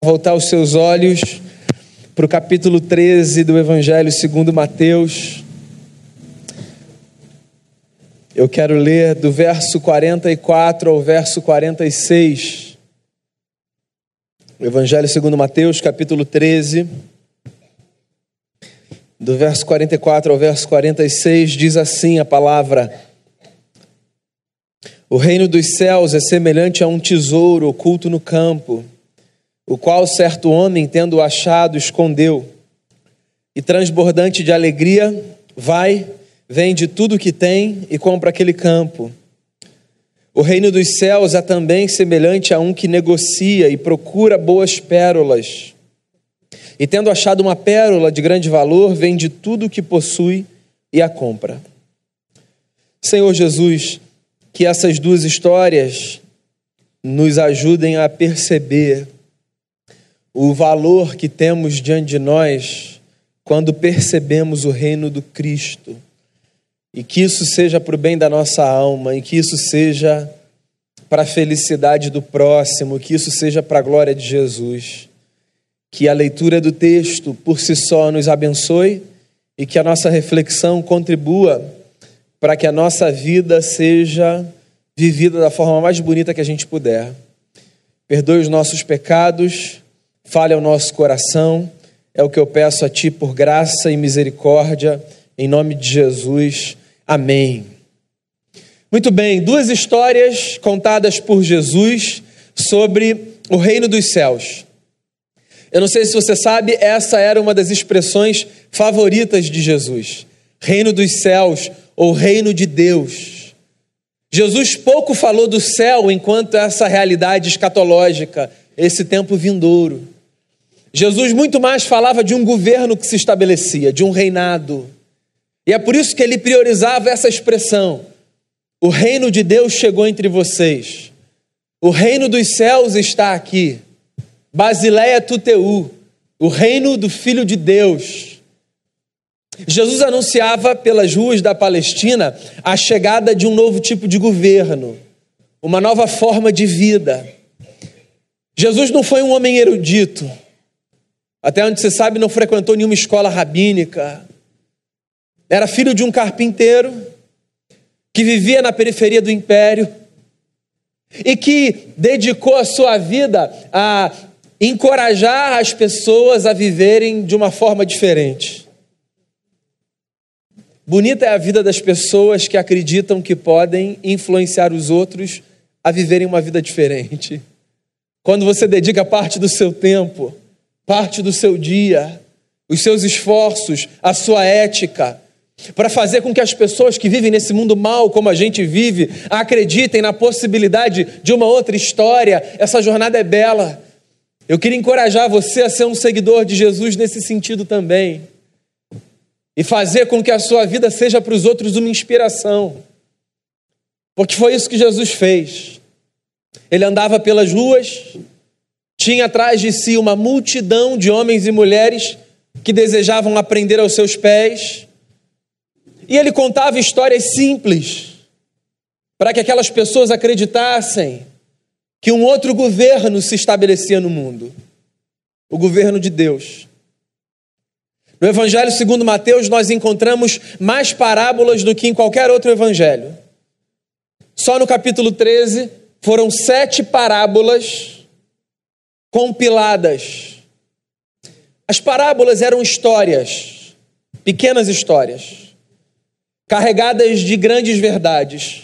voltar os seus olhos para o capítulo 13 do Evangelho segundo Mateus. Eu quero ler do verso 44 ao verso 46. O Evangelho segundo Mateus, capítulo 13, do verso 44 ao verso 46, diz assim a palavra: O reino dos céus é semelhante a um tesouro oculto no campo, o qual certo homem, tendo achado, escondeu. E transbordante de alegria, vende tudo o que tem e compra aquele campo. O reino dos céus é também semelhante a um que negocia e procura boas pérolas. E tendo achado uma pérola de grande valor, vende tudo o que possui e a compra. Senhor Jesus, que essas duas histórias nos ajudem a perceber o valor que temos diante de nós quando percebemos o reino do Cristo. E que isso seja para o bem da nossa alma, e que isso seja para a felicidade do próximo, que isso seja para a glória de Jesus. Que a leitura do texto por si só nos abençoe e que a nossa reflexão contribua para que a nossa vida seja vivida da forma mais bonita que a gente puder. Perdoe os nossos pecados, fale ao nosso coração, é o que eu peço a Ti por graça e misericórdia, em nome de Jesus. Amém. Muito bem, duas histórias contadas por Jesus sobre o reino dos céus. Eu não sei se você sabe, essa era uma das expressões favoritas de Jesus. Reino dos céus ou reino de Deus. Jesus pouco falou do céu enquanto essa realidade escatológica, esse tempo vindouro. Jesus muito mais falava de um governo que se estabelecia, de um reinado. E é por isso que ele priorizava essa expressão. O reino de Deus chegou entre vocês. O reino dos céus está aqui. Basileia tuteu, o reino do Filho de Deus. Jesus anunciava pelas ruas da Palestina a chegada de um novo tipo de governo, uma nova forma de vida. Jesus não foi um homem erudito. Até onde você sabe, não frequentou nenhuma escola rabínica. Era filho de um carpinteiro que vivia na periferia do império e que dedicou a sua vida a encorajar as pessoas a viverem de uma forma diferente. Bonita é a vida das pessoas que acreditam que podem influenciar os outros a viverem uma vida diferente. Quando você dedica parte do seu tempo, parte do seu dia, os seus esforços, a sua ética, para fazer com que as pessoas que vivem nesse mundo mal como a gente vive, acreditem na possibilidade de uma outra história, essa jornada é bela. Eu queria encorajar você a ser um seguidor de Jesus nesse sentido também. E fazer com que a sua vida seja para os outros uma inspiração. Porque foi isso que Jesus fez. Ele andava pelas ruas, tinha atrás de si uma multidão de homens e mulheres que desejavam aprender aos seus pés. E ele contava histórias simples para que aquelas pessoas acreditassem que um outro governo se estabelecia no mundo. O governo de Deus. No Evangelho segundo Mateus, nós encontramos mais parábolas do que em qualquer outro evangelho. Só no capítulo 13 foram 7 parábolas compiladas. As parábolas eram histórias, pequenas histórias, carregadas de grandes verdades.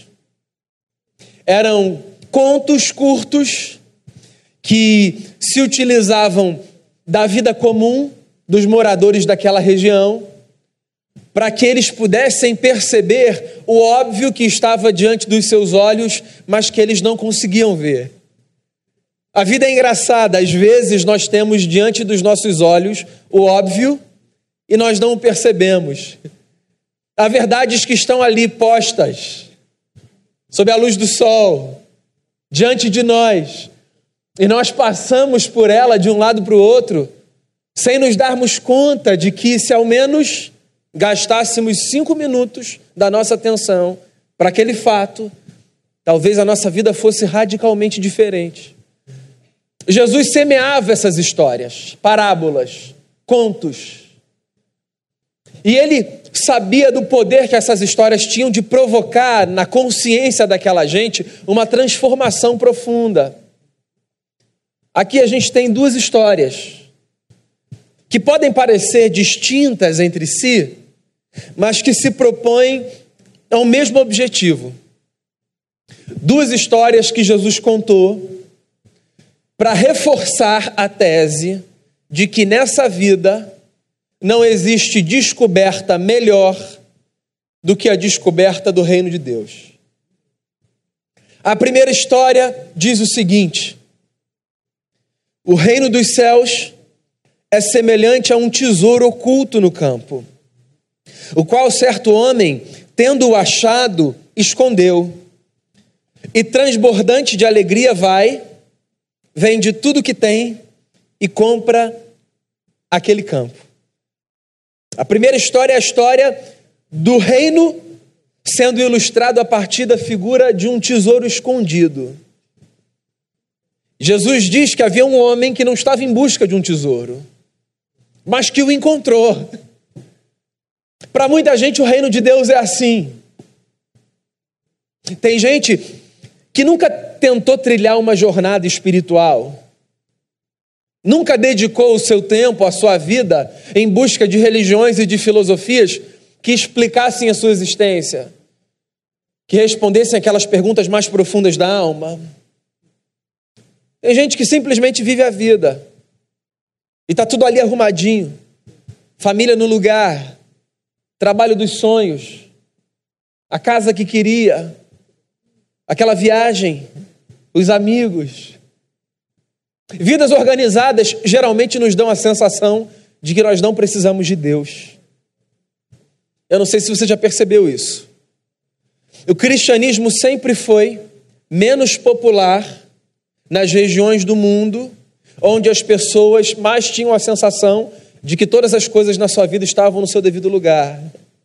Eram contos curtos que se utilizavam da vida comum dos moradores daquela região para que eles pudessem perceber o óbvio que estava diante dos seus olhos, mas que eles não conseguiam ver. A vida é engraçada, às vezes nós temos diante dos nossos olhos o óbvio e nós não o percebemos. Há verdades que estão ali postas, sob a luz do sol, diante de nós, e nós passamos por ela de um lado para o outro, sem nos darmos conta de que se ao menos gastássemos 5 minutos da nossa atenção para aquele fato, talvez a nossa vida fosse radicalmente diferente. Jesus semeava essas histórias, parábolas, contos. E ele sabia do poder que essas histórias tinham de provocar na consciência daquela gente uma transformação profunda. Aqui a gente tem duas histórias que podem parecer distintas entre si, mas que se propõem ao mesmo objetivo. Duas histórias que Jesus contou para reforçar a tese de que nessa vida não existe descoberta melhor do que a descoberta do reino de Deus. A primeira história diz o seguinte: o reino dos céus é semelhante a um tesouro oculto no campo, o qual certo homem, tendo-o achado, escondeu, e transbordante de alegria vende tudo que tem e compra aquele campo. A primeira história é a história do reino sendo ilustrado a partir da figura de um tesouro escondido. Jesus diz que havia um homem que não estava em busca de um tesouro, mas que o encontrou. Para muita gente o reino de Deus é assim. Tem gente que nunca tentou trilhar uma jornada espiritual, nunca dedicou o seu tempo, a sua vida, em busca de religiões e de filosofias que explicassem a sua existência, que respondessem aquelas perguntas mais profundas da alma. Tem gente que simplesmente vive a vida e está tudo ali arrumadinho, família no lugar, trabalho dos sonhos, a casa que queria, aquela viagem, os amigos. Vidas organizadas geralmente nos dão a sensação de que nós não precisamos de Deus. Eu não sei se você já percebeu isso. O cristianismo sempre foi menos popular nas regiões do mundo onde as pessoas mais tinham a sensação de que todas as coisas na sua vida estavam no seu devido lugar.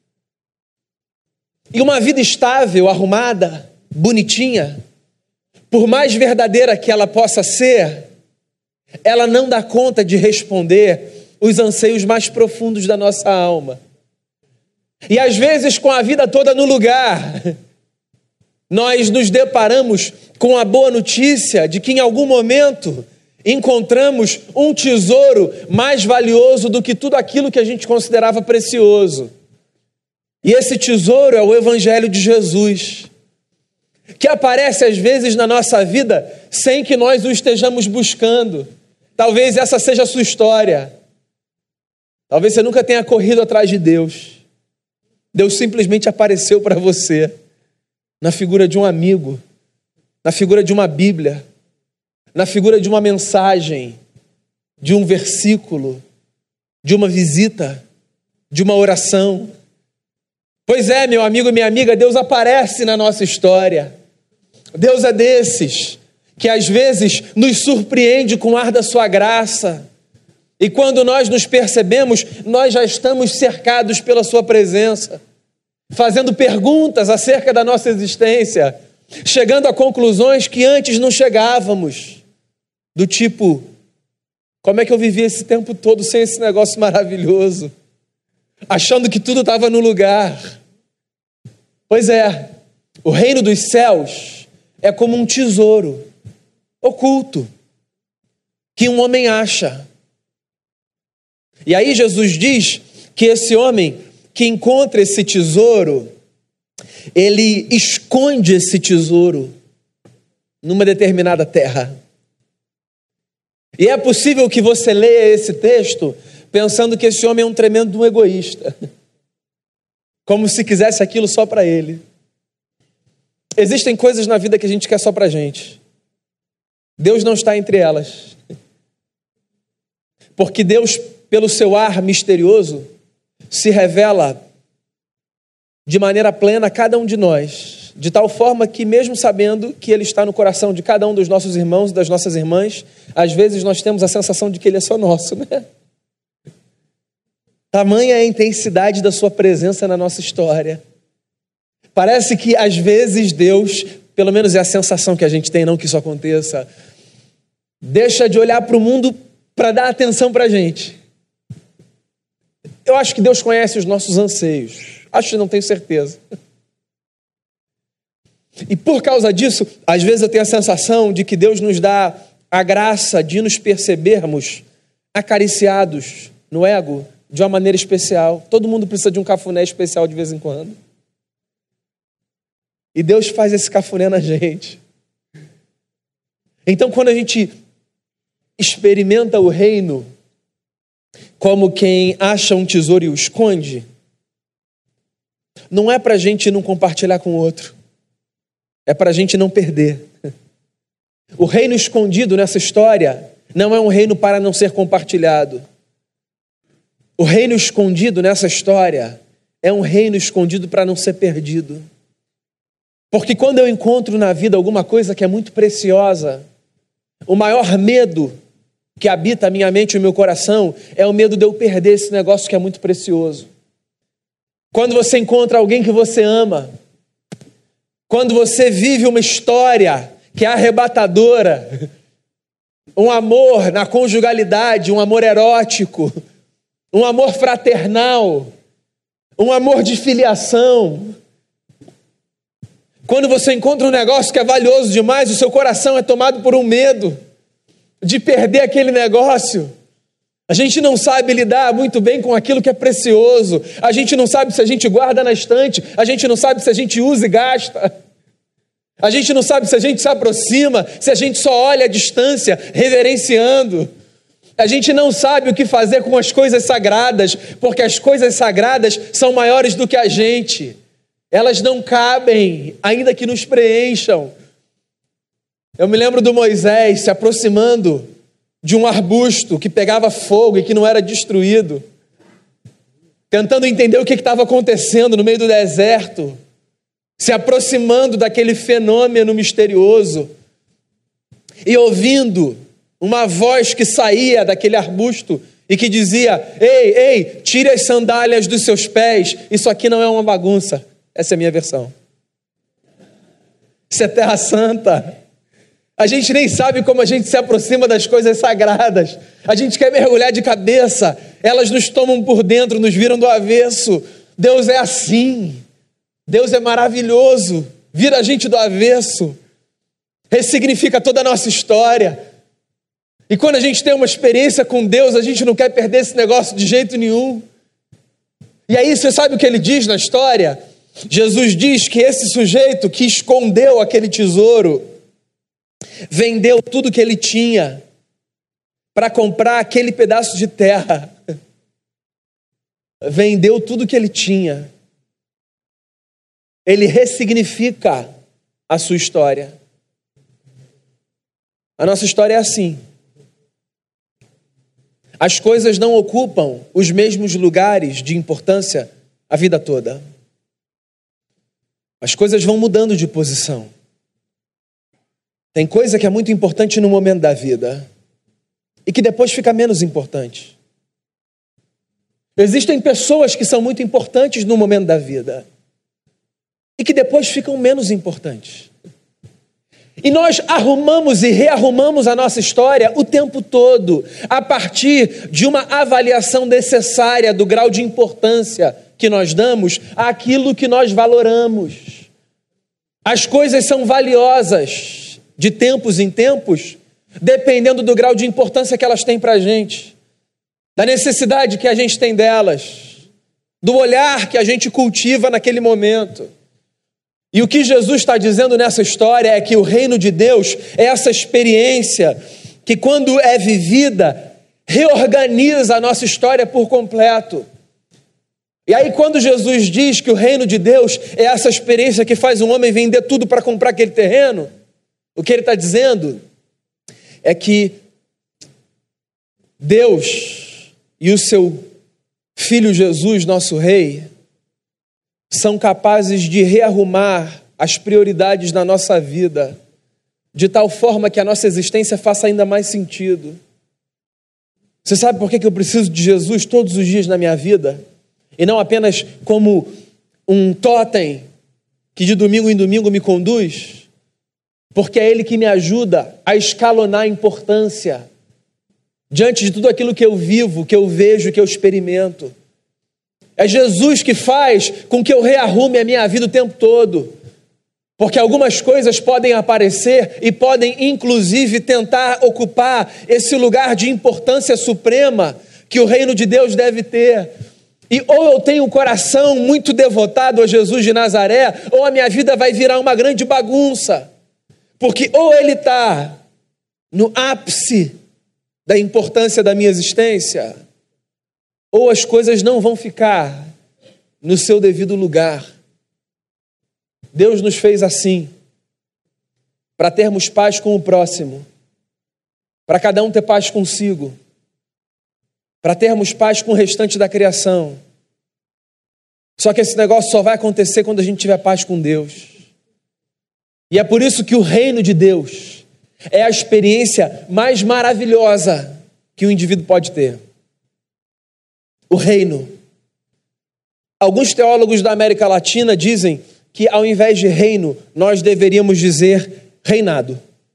E uma vida estável, arrumada, bonitinha, por mais verdadeira que ela possa ser, ela não dá conta de responder os anseios mais profundos da nossa alma. E às vezes, com a vida toda no lugar, nós nos deparamos com a boa notícia de que em algum momento encontramos um tesouro mais valioso do que tudo aquilo que a gente considerava precioso. E esse tesouro é o Evangelho de Jesus, que aparece às vezes na nossa vida sem que nós o estejamos buscando. Talvez essa seja a sua história. Talvez você nunca tenha corrido atrás de Deus. Deus simplesmente apareceu para você na figura de um amigo, na figura de uma Bíblia, na figura de uma mensagem, de um versículo, de uma visita, de uma oração. Pois é, meu amigo e minha amiga, Deus aparece na nossa história. Deus é desses que às vezes nos surpreende com o ar da sua graça. E quando nós nos percebemos, nós já estamos cercados pela sua presença, fazendo perguntas acerca da nossa existência, chegando a conclusões que antes não chegávamos, do tipo: como é que eu vivi esse tempo todo sem esse negócio maravilhoso, achando que tudo estava no lugar? Pois é, o reino dos céus é como um tesouro oculto que um homem acha. E aí Jesus diz que esse homem que encontra esse tesouro, ele esconde esse tesouro numa determinada terra. E é possível que você leia esse texto pensando que esse homem é um tremendo egoísta, como se quisesse aquilo só para ele. Existem coisas na vida que a gente quer só para a gente. Deus não está entre elas. Porque Deus, pelo seu ar misterioso, se revela de maneira plena a cada um de nós, de tal forma que, mesmo sabendo que Ele está no coração de cada um dos nossos irmãos e das nossas irmãs, às vezes nós temos a sensação de que Ele é só nosso, né? Tamanha é a intensidade da sua presença na nossa história. Parece que, às vezes, Deus, pelo menos é a sensação que a gente tem, não que isso aconteça, deixa de olhar para o mundo para dar atenção para a gente. Eu acho que Deus conhece os nossos anseios. Acho que não tenho certeza. E por causa disso, às vezes eu tenho a sensação de que Deus nos dá a graça de nos percebermos acariciados no ego de uma maneira especial. Todo mundo precisa de um cafuné especial de vez em quando. E Deus faz esse cafuné na gente. Então, quando a gente experimenta o reino como quem acha um tesouro e o esconde, não é para a gente não compartilhar com o outro. É para a gente não perder. O reino escondido nessa história não é um reino para não ser compartilhado. O reino escondido nessa história é um reino escondido para não ser perdido. Porque quando eu encontro na vida alguma coisa que é muito preciosa, o maior medo que habita a minha mente e o meu coração é o medo de eu perder esse negócio que é muito precioso. Quando você encontra alguém que você ama, quando você vive uma história que é arrebatadora, um amor na conjugalidade, um amor erótico, um amor fraternal, um amor de filiação. Quando você encontra um negócio que é valioso demais, o seu coração é tomado por um medo de perder aquele negócio. A gente não sabe lidar muito bem com aquilo que é precioso. A gente não sabe se a gente guarda na estante. A gente não sabe se a gente usa e gasta. A gente não sabe se a gente se aproxima, se a gente só olha à distância, reverenciando. A gente não sabe o que fazer com as coisas sagradas, porque as coisas sagradas são maiores do que a gente. Elas não cabem, ainda que nos preencham. Eu me lembro do Moisés se aproximando de um arbusto que pegava fogo e que não era destruído, tentando entender o que estava acontecendo no meio do deserto, se aproximando daquele fenômeno misterioso e ouvindo uma voz que saía daquele arbusto e que dizia: ei, tire as sandálias dos seus pés, isso aqui não é uma bagunça. Essa é a minha versão. Isso é Terra Santa. A gente nem sabe como a gente se aproxima das coisas sagradas. A gente quer mergulhar de cabeça. Elas nos tomam por dentro, nos viram do avesso. Deus é assim. Deus é maravilhoso. Vira a gente do avesso. Ressignifica toda a nossa história. E quando a gente tem uma experiência com Deus, a gente não quer perder esse negócio de jeito nenhum. E aí, você sabe o que ele diz na história? Jesus diz que esse sujeito que escondeu aquele tesouro vendeu tudo que ele tinha para comprar aquele pedaço de terra. Vendeu tudo que ele tinha. Ele ressignifica a sua história. A nossa história é assim. As coisas não ocupam os mesmos lugares de importância a vida toda. As coisas vão mudando de posição. Tem coisa que é muito importante no momento da vida e que depois fica menos importante. Existem pessoas que são muito importantes no momento da vida e que depois ficam menos importantes. E nós arrumamos e rearrumamos a nossa história o tempo todo, a partir de uma avaliação necessária do grau de importância que nós damos àquilo que nós valoramos. As coisas são valiosas de tempos em tempos, dependendo do grau de importância que elas têm para a gente, da necessidade que a gente tem delas, do olhar que a gente cultiva naquele momento. E o que Jesus está dizendo nessa história é que o reino de Deus é essa experiência que, quando é vivida, reorganiza a nossa história por completo. E aí, quando Jesus diz que o reino de Deus é essa experiência que faz um homem vender tudo para comprar aquele terreno, o que ele está dizendo é que Deus e o seu Filho Jesus, nosso Rei, são capazes de rearrumar as prioridades da nossa vida de tal forma que a nossa existência faça ainda mais sentido. Você sabe por que eu preciso de Jesus todos os dias na minha vida? E não apenas como um totem que de domingo em domingo me conduz? porque é Ele que me ajuda a escalonar a importância diante de tudo aquilo que eu vivo, que eu vejo, que eu experimento. É Jesus que faz com que eu rearrume a minha vida o tempo todo, porque algumas coisas podem aparecer e podem inclusive tentar ocupar esse lugar de importância suprema que o reino de Deus deve ter. E ou eu tenho um coração muito devotado a Jesus de Nazaré, ou a minha vida vai virar uma grande bagunça. Porque ou Ele está no ápice da importância da minha existência, ou as coisas não vão ficar no seu devido lugar. Deus nos fez assim, para termos paz com o próximo, para cada um ter paz consigo, para termos paz com o restante da criação. Só que esse negócio só vai acontecer quando a gente tiver paz com Deus. E é por isso que o reino de Deus é a experiência mais maravilhosa que o indivíduo pode ter. O reino. Alguns teólogos da América Latina dizem que ao invés de reino, nós deveríamos dizer reinado.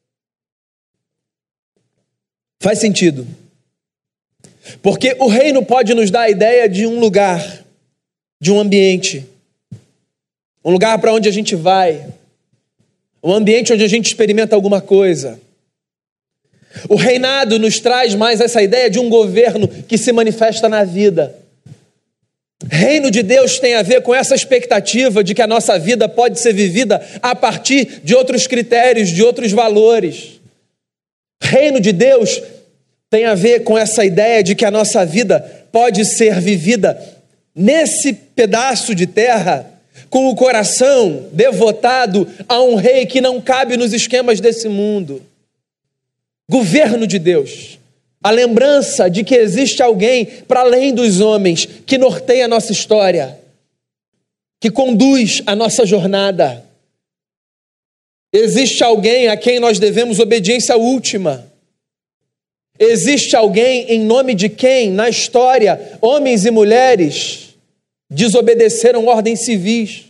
Faz sentido. Porque o reino pode nos dar a ideia de um lugar, de um ambiente. Um lugar para onde a gente vai. Um ambiente onde a gente experimenta alguma coisa. O reinado nos traz mais essa ideia de um governo que se manifesta na vida. Reino de Deus tem a ver com essa expectativa de que a nossa vida pode ser vivida a partir de outros critérios, de outros valores. Reino de Deus tem a ver com essa ideia de que a nossa vida pode ser vivida nesse pedaço de terra, com o coração devotado a um rei que não cabe nos esquemas desse mundo. Governo de Deus. A lembrança de que existe alguém para além dos homens, que norteia a nossa história, que conduz a nossa jornada. Existe alguém a quem nós devemos obediência última. Existe alguém em nome de quem, na história, homens e mulheres desobedeceram ordens civis.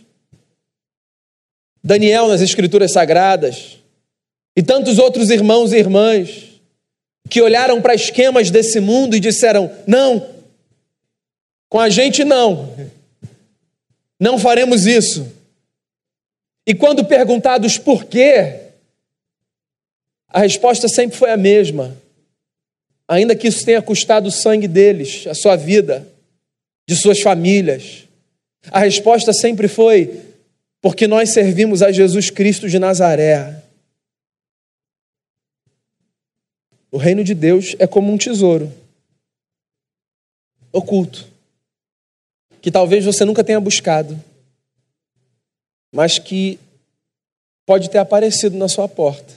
Daniel nas Escrituras Sagradas e tantos outros irmãos e irmãs que olharam para esquemas desse mundo e disseram: não, com a gente não faremos isso. E quando perguntados por quê, a resposta sempre foi a mesma. Ainda que isso tenha custado o sangue deles, a sua vida, de suas famílias, a resposta sempre foi: porque nós servimos a Jesus Cristo de Nazaré. O reino de Deus é como um tesouro oculto, que talvez você nunca tenha buscado, mas que pode ter aparecido na sua porta,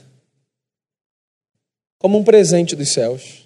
como um presente dos céus.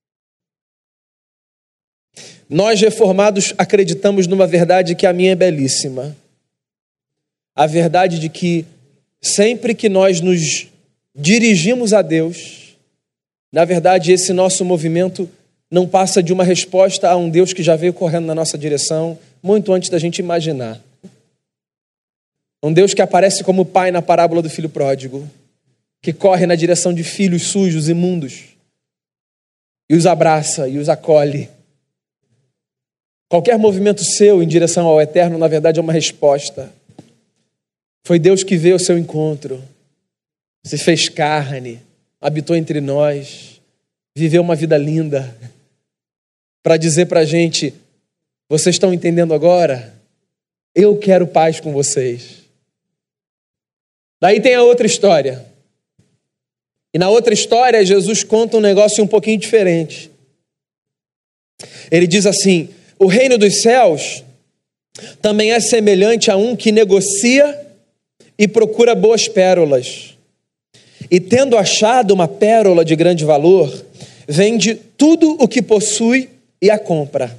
Nós reformados acreditamos numa verdade que a minha é belíssima. A verdade de que sempre que nós nos dirigimos a Deus, na verdade esse nosso movimento não passa de uma resposta a um Deus que já veio correndo na nossa direção muito antes da gente imaginar. Um Deus que aparece como pai na parábola do filho pródigo, que corre na direção de filhos sujos, imundos, e os abraça e os acolhe. Qualquer movimento seu em direção ao eterno, na verdade, é uma resposta. Foi Deus que veio ao seu encontro, se fez carne, habitou entre nós, viveu uma vida linda, para dizer para a gente: vocês estão entendendo agora? Eu quero paz com vocês. Daí tem a outra história. E na outra história, Jesus conta um negócio um pouquinho diferente. Ele diz assim: o reino dos céus também é semelhante a um que negocia e procura boas pérolas. E tendo achado uma pérola de grande valor, vende tudo o que possui e a compra.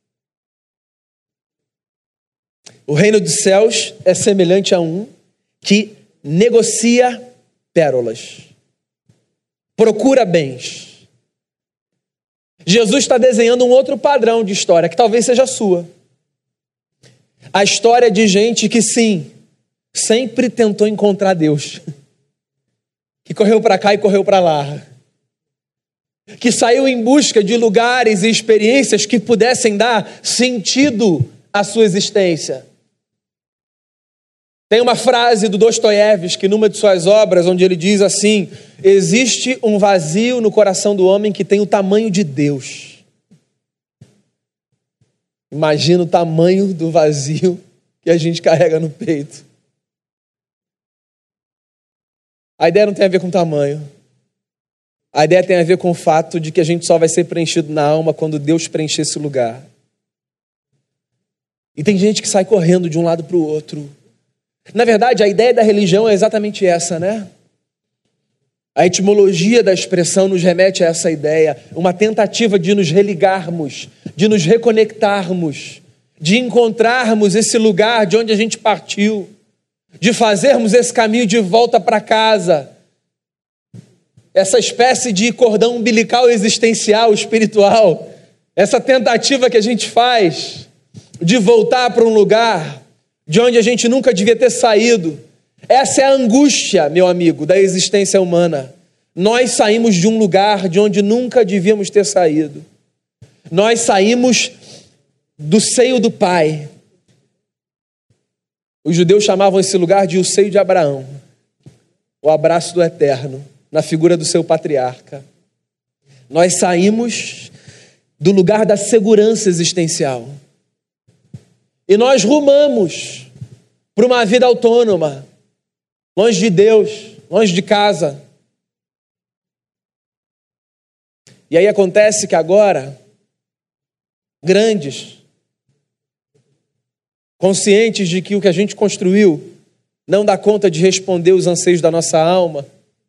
O reino dos céus é semelhante a um que negocia pérolas, procura bens. Jesus está desenhando um outro padrão de história, que talvez seja a sua. A história de gente que, sim, sempre tentou encontrar Deus. que correu para cá e correu para lá, que saiu em busca de lugares e experiências que pudessem dar sentido à sua existência. Tem uma frase do Dostoiévski, numa de suas obras, onde ele diz assim: existe um vazio no coração do homem que tem o tamanho de Deus. Imagina o tamanho do vazio que a gente carrega no peito. A ideia não tem a ver com tamanho. A ideia tem a ver com o fato de que a gente só vai ser preenchido na alma quando Deus preencher esse lugar. E tem gente que sai correndo de um lado para o outro. Na verdade, a ideia da religião é exatamente essa, né? A etimologia da expressão nos remete a essa ideia, uma tentativa de nos religarmos, de nos reconectarmos, de encontrarmos esse lugar de onde a gente partiu, de fazermos esse caminho de volta para casa, essa espécie de cordão umbilical existencial, espiritual, essa tentativa que a gente faz de voltar para um lugar de onde a gente nunca devia ter saído. Essa é a angústia, meu amigo, da existência humana. Nós saímos de um lugar de onde nunca devíamos ter saído. Nós saímos do seio do Pai. Os judeus chamavam esse lugar de o seio de Abraão, o abraço do Eterno, na figura do seu patriarca. Nós saímos do lugar da segurança existencial. E nós rumamos para uma vida autônoma, longe de Deus, longe de casa. E aí acontece que agora, grandes, conscientes de que o que a gente construiu não dá conta de responder os anseios da nossa alma,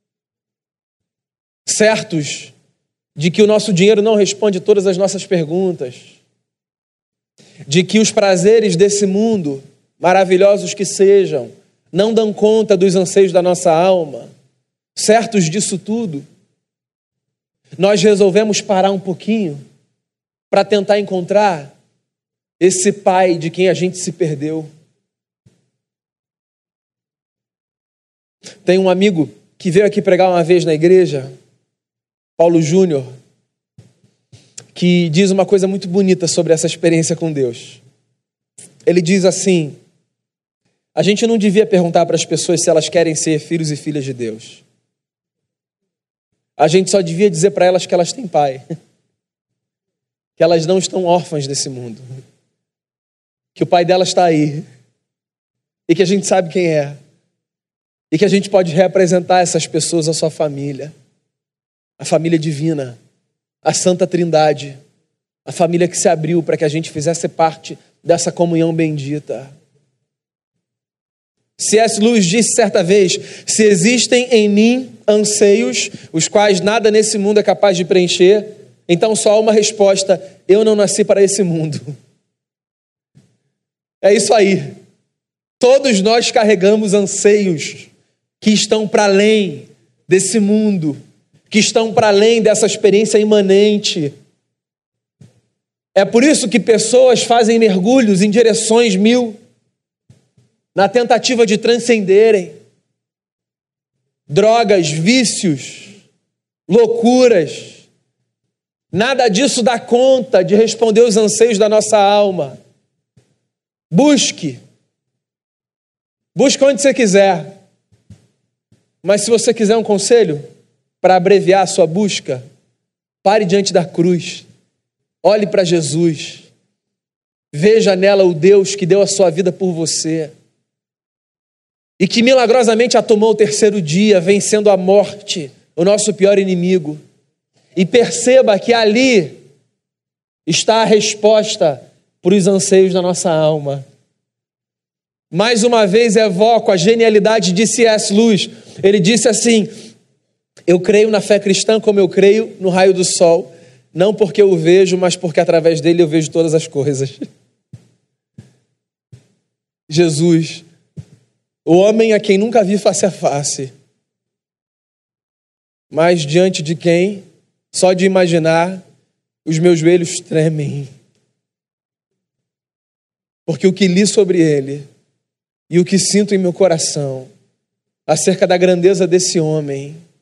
certos de que o nosso dinheiro não responde todas as nossas perguntas, de que os prazeres desse mundo, maravilhosos que sejam, não dão conta dos anseios da nossa alma, certos disso tudo, nós resolvemos parar um pouquinho para tentar encontrar esse pai de quem a gente se perdeu. Tem um amigo que veio aqui pregar uma vez na igreja, Paulo Júnior, que diz uma coisa muito bonita sobre essa experiência com Deus. Ele diz assim: a gente não devia perguntar para as pessoas se elas querem ser filhos e filhas de Deus. A gente só devia dizer para elas que elas têm pai, que elas não estão órfãs desse mundo, que o pai delas está aí, e que a gente sabe quem é, e que a gente pode representar essas pessoas, a sua família, a família divina, a Santa Trindade, a família que se abriu para que a gente fizesse parte dessa comunhão bendita. C.S. Lewis disse certa vez: se existem em mim anseios, os quais nada nesse mundo é capaz de preencher, então só há uma resposta: eu não nasci para esse mundo. É isso aí. Todos nós carregamos anseios que estão para além desse mundo, que estão para além dessa experiência imanente. É por isso que pessoas fazem mergulhos em direções mil, na tentativa de transcenderem. Drogas, vícios, loucuras, nada disso dá conta de responder os anseios da nossa alma. Busque onde você quiser, mas se você quiser um conselho para abreviar a sua busca, pare diante da cruz, olhe para Jesus, veja nela o Deus que deu a sua vida por você e que milagrosamente a tomou o terceiro dia, vencendo a morte, o nosso pior inimigo. E perceba que ali está a resposta para os anseios da nossa alma. Mais uma vez evoco a genialidade de C.S. Lewis. Ele disse assim: eu creio na fé cristã como eu creio no raio do sol, não porque eu o vejo, mas porque através dele eu vejo todas as coisas. Jesus, o homem a quem nunca vi face a face, mas diante de quem, só de imaginar, os meus joelhos tremem. Porque o que li sobre ele e o que sinto em meu coração acerca da grandeza desse homem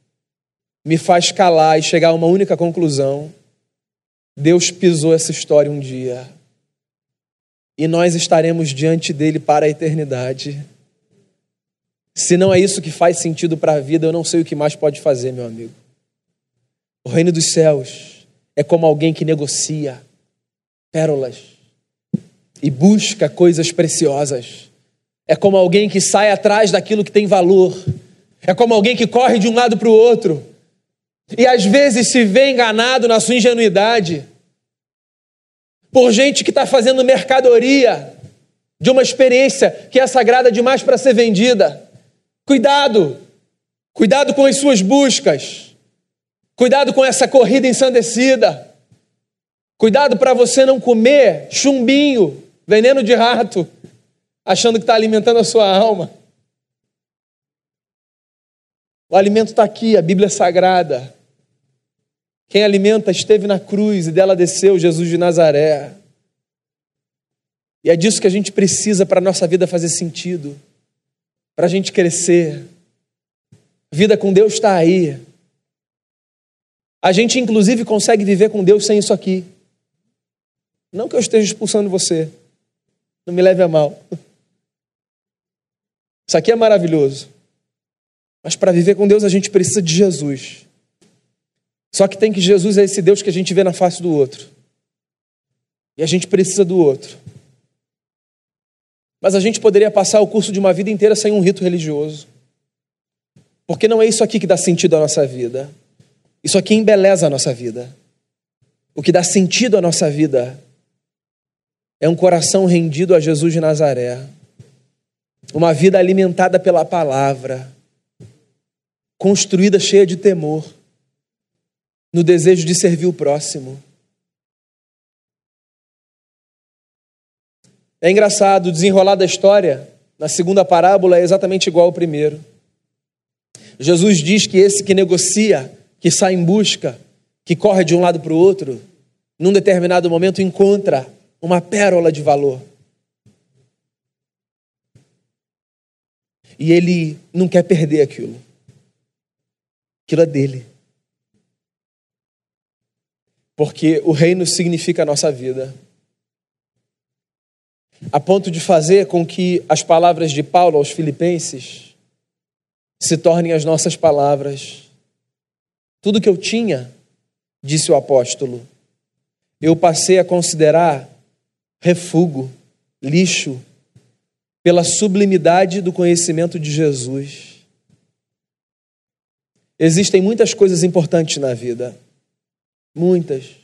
me faz calar e chegar a uma única conclusão: Deus pisou essa história um dia e nós estaremos diante dele para a eternidade. Se não é isso que faz sentido para a vida, eu não sei o que mais pode fazer, meu amigo. O reino dos céus é como alguém que negocia pérolas e busca coisas preciosas. É como alguém que sai atrás daquilo que tem valor. É como alguém que corre de um lado para o outro e às vezes se vê enganado na sua ingenuidade por gente que está fazendo mercadoria de uma experiência que é sagrada demais para ser vendida. Cuidado com as suas buscas, cuidado com essa corrida ensandecida, cuidado para você não comer chumbinho, veneno de rato, achando que está alimentando a sua alma. O alimento está aqui, a Bíblia é sagrada. Quem alimenta esteve na cruz e dela desceu, Jesus de Nazaré. E é disso que a gente precisa para a nossa vida fazer sentido, para a gente crescer. A vida com Deus está aí. A gente, inclusive, consegue viver com Deus sem isso aqui. Não que eu esteja expulsando você. Não me leve a mal. Isso aqui é maravilhoso. Mas para viver com Deus a gente precisa de Jesus. Só que tem que Jesus é esse Deus que a gente vê na face do outro. E a gente precisa do outro. Mas a gente poderia passar o curso de uma vida inteira sem um rito religioso. Porque não é isso aqui que dá sentido à nossa vida. Isso aqui embeleza a nossa vida. O que dá sentido à nossa vida é um coração rendido a Jesus de Nazaré. Uma vida alimentada pela palavra. Construída cheia de temor. No desejo de servir o próximo. É engraçado, o desenrolar da história, na segunda parábola, é exatamente igual ao primeiro. Jesus diz que esse que negocia, que sai em busca, que corre de um lado para o outro, num determinado momento encontra uma pérola de valor. E ele não quer perder aquilo. Aquilo é dele. Porque o reino significa a nossa vida. A ponto de fazer com que as palavras de Paulo aos Filipenses se tornem as nossas palavras. Tudo que eu tinha, disse o apóstolo, eu passei a considerar refúgio, lixo, pela sublimidade do conhecimento de Jesus. Existem muitas coisas importantes na vida. Muitas.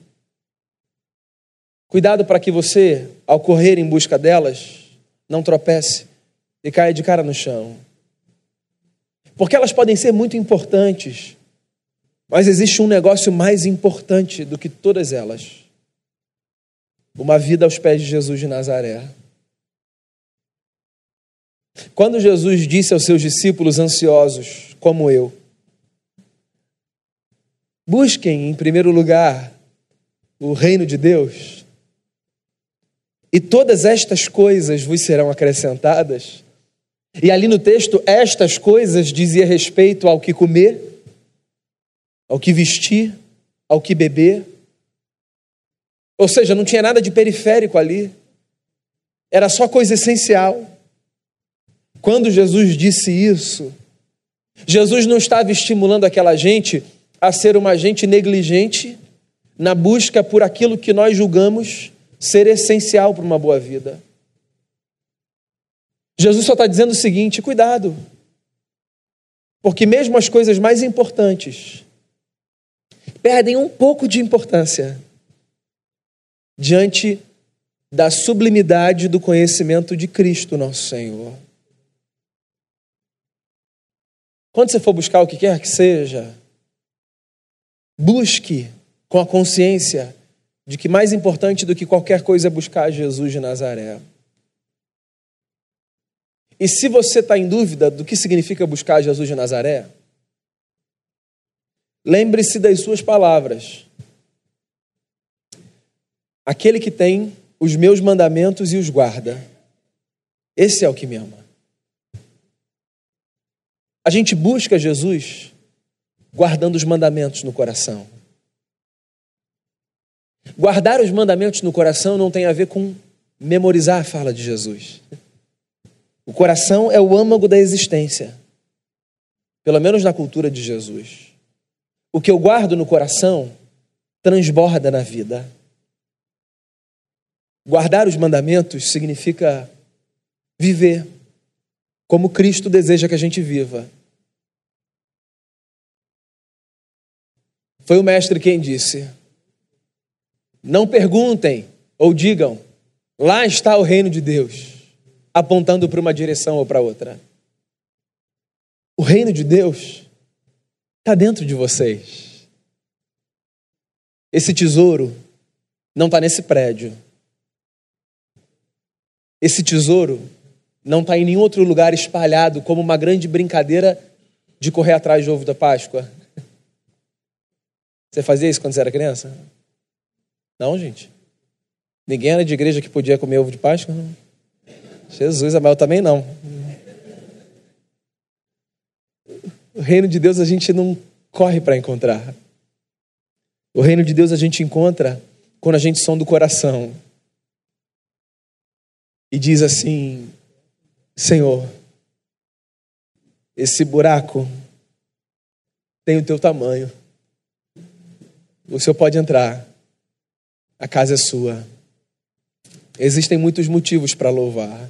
Cuidado para que você, ao correr em busca delas, não tropece e caia de cara no chão. Porque elas podem ser muito importantes, mas existe um negócio mais importante do que todas elas. Uma vida aos pés de Jesus de Nazaré. Quando Jesus disse aos seus discípulos ansiosos, como eu, busquem em primeiro lugar o reino de Deus, e todas estas coisas vos serão acrescentadas. E ali no texto, estas coisas dizia respeito ao que comer, ao que vestir, ao que beber. Ou seja, não tinha nada de periférico ali. Era só coisa essencial. Quando Jesus disse isso, Jesus não estava estimulando aquela gente a ser uma gente negligente na busca por aquilo que nós julgamos ser essencial para uma boa vida. Jesus só está dizendo o seguinte: cuidado, porque mesmo as coisas mais importantes perdem um pouco de importância diante da sublimidade do conhecimento de Cristo, nosso Senhor. Quando você for buscar o que quer que seja, busque com a consciência de que mais importante do que qualquer coisa é buscar Jesus de Nazaré. E se você está em dúvida do que significa buscar Jesus de Nazaré, lembre-se das suas palavras. Aquele que tem os meus mandamentos e os guarda, esse é o que me ama. A gente busca Jesus guardando os mandamentos no coração. Guardar os mandamentos no coração não tem a ver com memorizar a fala de Jesus. O coração é o âmago da existência, pelo menos na cultura de Jesus. O que eu guardo no coração transborda na vida. Guardar os mandamentos significa viver como Cristo deseja que a gente viva. Foi o mestre quem disse: não perguntem ou digam, lá está o reino de Deus, apontando para uma direção ou para outra. O reino de Deus está dentro de vocês. Esse tesouro não está nesse prédio. Esse tesouro não está em nenhum outro lugar espalhado como uma grande brincadeira de correr atrás de ovo da Páscoa. Você fazia isso quando você era criança? Não, gente. Ninguém era de igreja que podia comer ovo de Páscoa? Não. Jesus, mas eu também não. O reino de Deus a gente não corre para encontrar. O reino de Deus a gente encontra quando a gente sonda o coração e diz assim: Senhor, esse buraco tem o teu tamanho. O Senhor pode entrar. A casa é sua. Existem muitos motivos para louvar.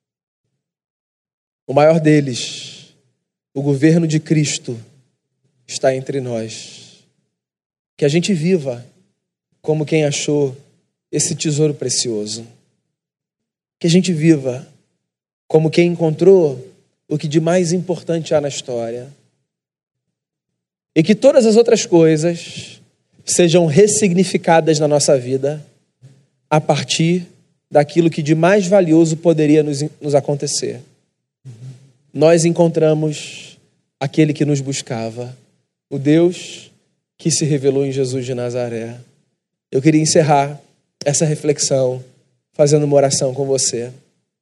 O maior deles, o governo de Cristo, está entre nós. Que a gente viva como quem achou esse tesouro precioso. Que a gente viva como quem encontrou o que de mais importante há na história. E que todas as outras coisas sejam ressignificadas na nossa vida a partir daquilo que de mais valioso poderia nos acontecer. Nós encontramos aquele que nos buscava, o Deus que se revelou em Jesus de Nazaré. Eu queria encerrar essa reflexão fazendo uma oração com você.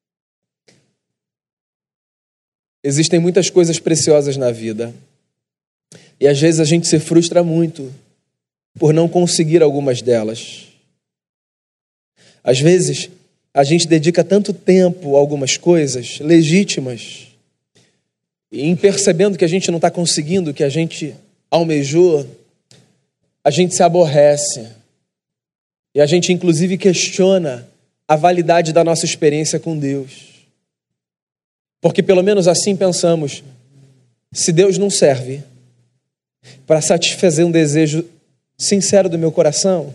Existem muitas coisas preciosas na vida e às vezes a gente se frustra muito por não conseguir algumas delas. Às vezes, a gente dedica tanto tempo a algumas coisas legítimas e em percebendo que a gente não está conseguindo o que a gente almejou, a gente se aborrece. E a gente, inclusive, questiona a validade da nossa experiência com Deus. Porque, pelo menos assim, pensamos, se Deus não serve para satisfazer um desejo sincero do meu coração,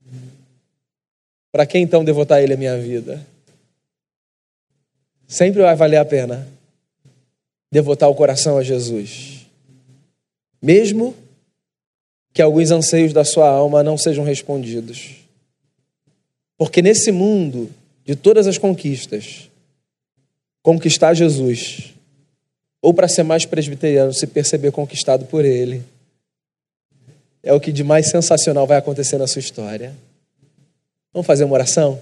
para quem então devotar Ele a minha vida? Sempre vai valer a pena devotar o coração a Jesus, mesmo que alguns anseios da sua alma não sejam respondidos. Porque nesse mundo de todas as conquistas, conquistar Jesus, ou para ser mais presbiteriano, se perceber conquistado por Ele, é o que de mais sensacional vai acontecer na sua história. Vamos fazer uma oração?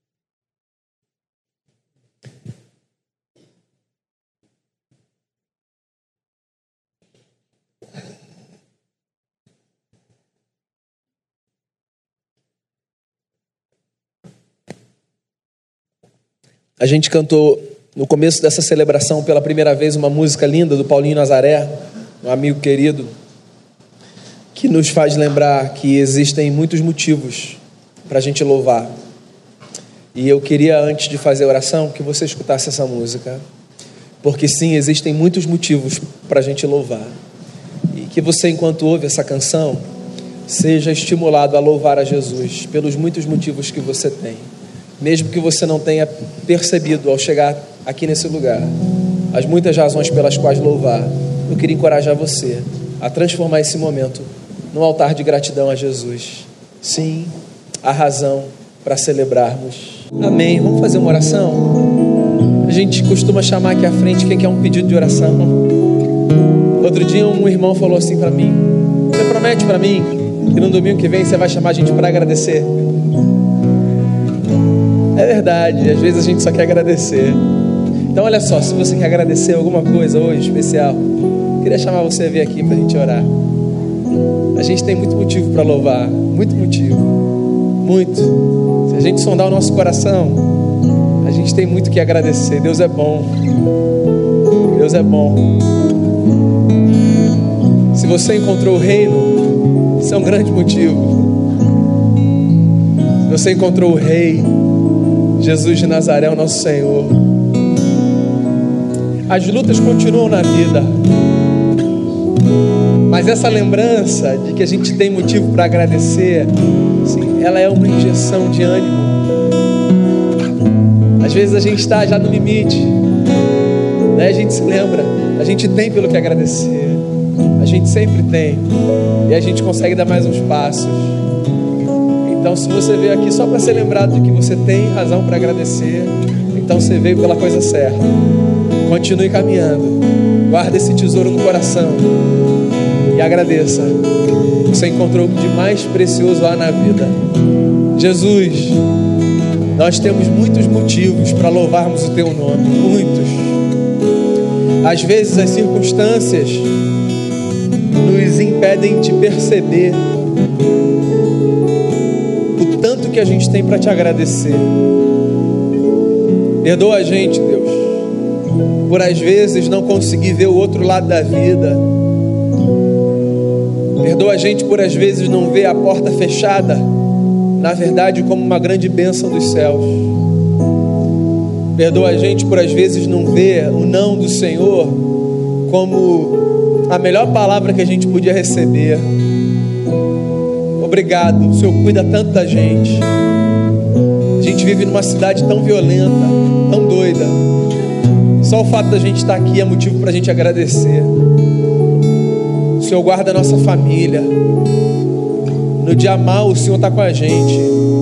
A gente cantou no começo dessa celebração pela primeira vez uma música linda do Paulinho Nazaré, um amigo querido, que nos faz lembrar que existem muitos motivos para a gente louvar. E eu queria, antes de fazer a oração, que você escutasse essa música. Porque sim, existem muitos motivos para a gente louvar. E que você, enquanto ouve essa canção, seja estimulado a louvar a Jesus pelos muitos motivos que você tem. Mesmo que você não tenha percebido ao chegar aqui nesse lugar as muitas razões pelas quais louvar, eu queria encorajar você a transformar esse momento num altar de gratidão a Jesus. Sim, a razão para celebrarmos. Amém. Vamos fazer uma oração? A gente costuma chamar aqui à frente quem quer um pedido de oração. Outro dia um irmão falou assim para mim: você promete para mim que no domingo que vem você vai chamar a gente para agradecer? É verdade, às vezes a gente só quer agradecer. Então olha só, se você quer agradecer alguma coisa hoje especial, eu queria chamar você a vir aqui para a gente orar. A gente tem muito motivo para louvar, muito motivo, muito. Se a gente sondar o nosso coração, a gente tem muito que agradecer. Deus é bom, Deus é bom. Se você encontrou o reino, isso é um grande motivo. Se você encontrou o Rei, Jesus de Nazaré, o nosso Senhor. As lutas continuam na vida, mas essa lembrança de que a gente tem motivo para agradecer, assim, ela é uma injeção de ânimo. Às vezes a gente está já no limite, né? A gente se lembra, a gente tem pelo que agradecer, a gente sempre tem, e a gente consegue dar mais uns passos. Então, se você veio aqui só para ser lembrado de que você tem razão para agradecer, então você veio pela coisa certa. Continue caminhando, guarda esse tesouro no coração e agradeça. Você encontrou o de mais precioso lá na vida. Jesus, nós temos muitos motivos para louvarmos o Teu nome, muitos. Às vezes as circunstâncias nos impedem de perceber o tanto que a gente tem para Te agradecer. Perdoa a gente, Deus, por às vezes não conseguir ver o outro lado da vida. Perdoa a gente por às vezes não ver a porta fechada, na verdade, como uma grande bênção dos céus. Perdoa a gente por às vezes não ver o não do Senhor como a melhor palavra que a gente podia receber. Obrigado, o Senhor cuida tanto da gente. A gente vive numa cidade tão violenta, tão doida. Só o fato da gente estar aqui é motivo para a gente agradecer. O Senhor guarda a nossa família. No dia mal, o Senhor está com a gente.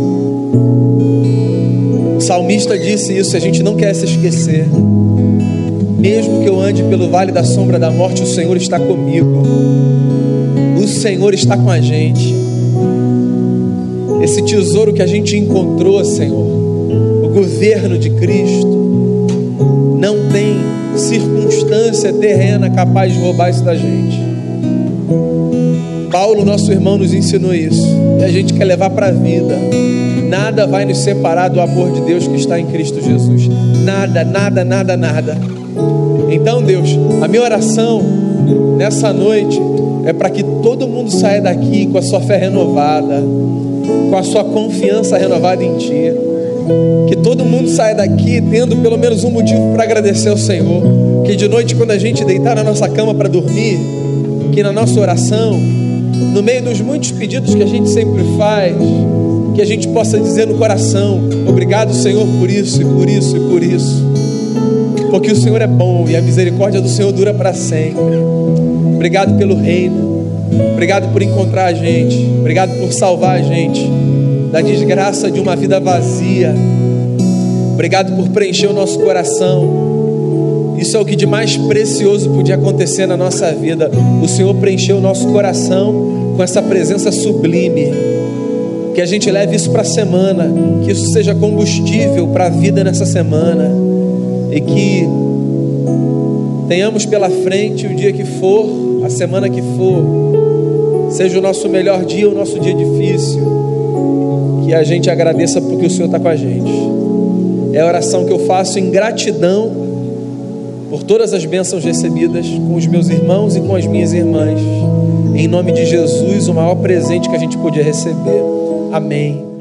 O salmista disse isso, a gente não quer se esquecer. Mesmo que eu ande pelo vale da sombra da morte, o Senhor está comigo. O Senhor está com a gente. Esse tesouro que a gente encontrou, Senhor, o governo de Cristo, não tem circunstância terrena capaz de roubar isso da gente. Paulo, nosso irmão, nos ensinou isso, e a gente quer levar para a vida. Nada vai nos separar do amor de Deus que está em Cristo Jesus. Nada, nada, nada, nada. Então, Deus, a minha oração nessa noite é para que todo mundo saia daqui com a sua fé renovada, com a sua confiança renovada em Ti. Que todo mundo saia daqui tendo pelo menos um motivo para agradecer ao Senhor. Que de noite, quando a gente deitar na nossa cama para dormir, que na nossa oração, no meio dos muitos pedidos que a gente sempre faz, que a gente possa dizer no coração: obrigado, Senhor, por isso e por isso e por isso, porque o Senhor é bom e a misericórdia do Senhor dura para sempre. Obrigado pelo reino, obrigado por encontrar a gente, obrigado por salvar a gente da desgraça de uma vida vazia. Obrigado por preencher o nosso coração. Isso é o que de mais precioso podia acontecer na nossa vida. O Senhor preencheu o nosso coração com essa presença sublime. Que a gente leve isso para a semana, que isso seja combustível para a vida nessa semana, e que tenhamos pela frente o dia que for, a semana que for, seja o nosso melhor dia ou o nosso dia difícil, que a gente agradeça porque o Senhor está com a gente. É a oração que eu faço em gratidão por todas as bênçãos recebidas com os meus irmãos e com as minhas irmãs. Em nome de Jesus, o maior presente que a gente podia receber. Amém.